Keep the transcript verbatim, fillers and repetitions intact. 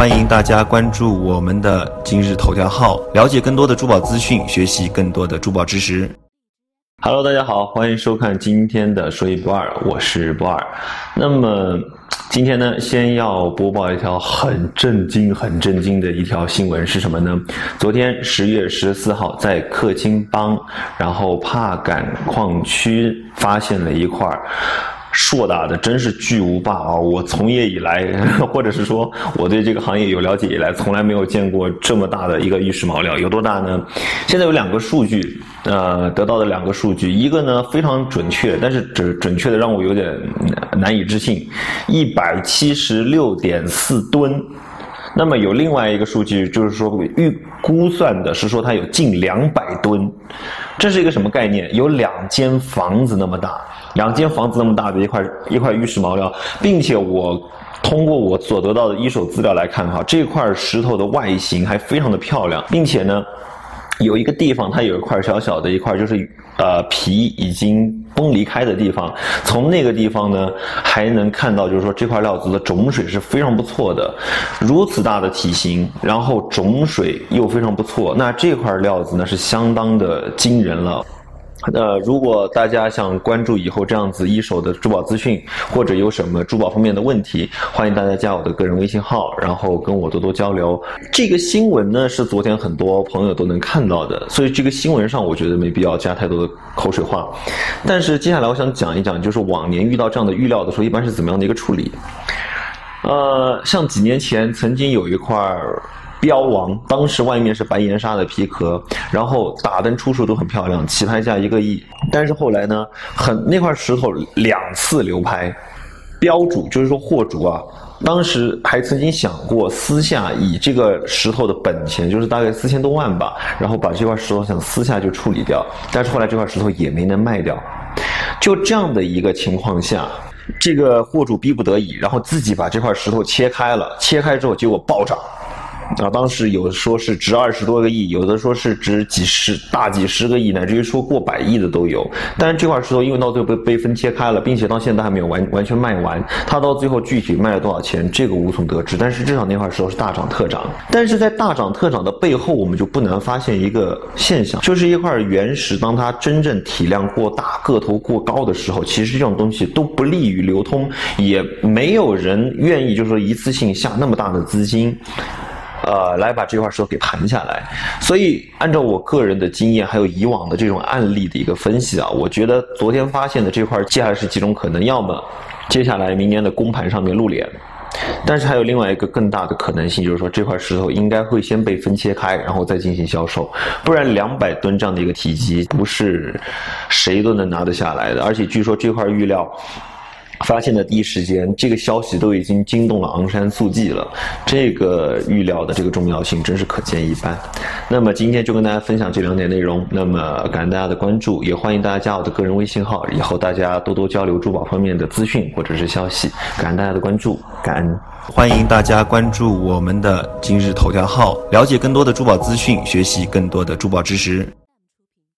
欢迎大家关注我们的今日头条号，了解更多的珠宝资讯，学习更多的珠宝知识。Hello， 大家好，欢迎收看今天的说一不二，我是不二。那么今天呢，先要播报一条很震惊、很震惊的一条新闻是什么呢？昨天十月十四号，在克钦邦，然后帕敢矿区发现了一块硕大的，真是巨无霸啊！我从业以来，或者是说我对这个行业有了解以来，从来没有见过这么大的一个玉石毛料。有多大呢？现在有两个数据，呃，得到的两个数据，一个呢非常准确，但是准准确的让我有点难以置信，一百七十六点四吨。那么有另外一个数据，就是说预估算的是说它有近两百吨，这是一个什么概念？有两间房子那么大，两间房子那么大的一块一块玉石毛料，并且我通过我所得到的一手资料来看哈，这块石头的外形还非常的漂亮，并且呢，有一个地方它有一块小小的一块就是呃皮已经崩离开的地方，从那个地方呢还能看到就是说这块料子的种水是非常不错的，如此大的体型，然后种水又非常不错，那这块料子呢是相当的惊人了。呃，如果大家想关注以后这样子一手的珠宝资讯，或者有什么珠宝方面的问题，欢迎大家加我的个人微信号，然后跟我多多交流。这个新闻呢是昨天很多朋友都能看到的，所以这个新闻上我觉得没必要加太多的口水话。但是接下来我想讲一讲，就是往年遇到这样的玉料的时候，一般是怎么样的一个处理。呃，像几年前曾经有一块标王，当时外面是白岩砂的皮壳，然后打灯出售都很漂亮，起拍价一个亿。但是后来呢，很那块石头两次流拍，标主就是说货主啊，当时还曾经想过私下以这个石头的本钱，就是大概四千多万吧，然后把这块石头想私下就处理掉，但是后来这块石头也没能卖掉。就这样的一个情况下，这个货主逼不得已，然后自己把这块石头切开了，切开之后结果暴涨。啊，当时有的说是值二十多个亿，有的说是值几十大几十个亿，乃至于说过百亿的都有。但是这块石头因为到最后被被分切开了，并且到现在还没有完完全卖完，它到最后具体卖了多少钱，这个无从得知。但是至少那块石头是大涨特涨。但是在大涨特涨的背后，我们就不难发现一个现象，就是一块原石，当它真正体量过大、个头过高的时候，其实这种东西都不利于流通，也没有人愿意就是说一次性下那么大的资金。呃，来把这块石头给盘下来。所以按照我个人的经验，还有以往的这种案例的一个分析啊，我觉得昨天发现的这块接下来是几种可能，要么接下来明年的公盘上面露脸，但是还有另外一个更大的可能性，就是说这块石头应该会先被分切开，然后再进行销售，不然两百吨这样的一个体积不是谁都能拿得下来的。而且据说这块玉料发现的第一时间，这个消息都已经惊动了昂山素季了，这个玉料的这个重要性真是可见一斑。那么今天就跟大家分享这两点内容，那么感恩大家的关注，也欢迎大家加我的个人微信号，以后大家多多交流珠宝方面的资讯或者是消息。感恩大家的关注，感恩。欢迎大家关注我们的今日头条号，了解更多的珠宝资讯，学习更多的珠宝知识。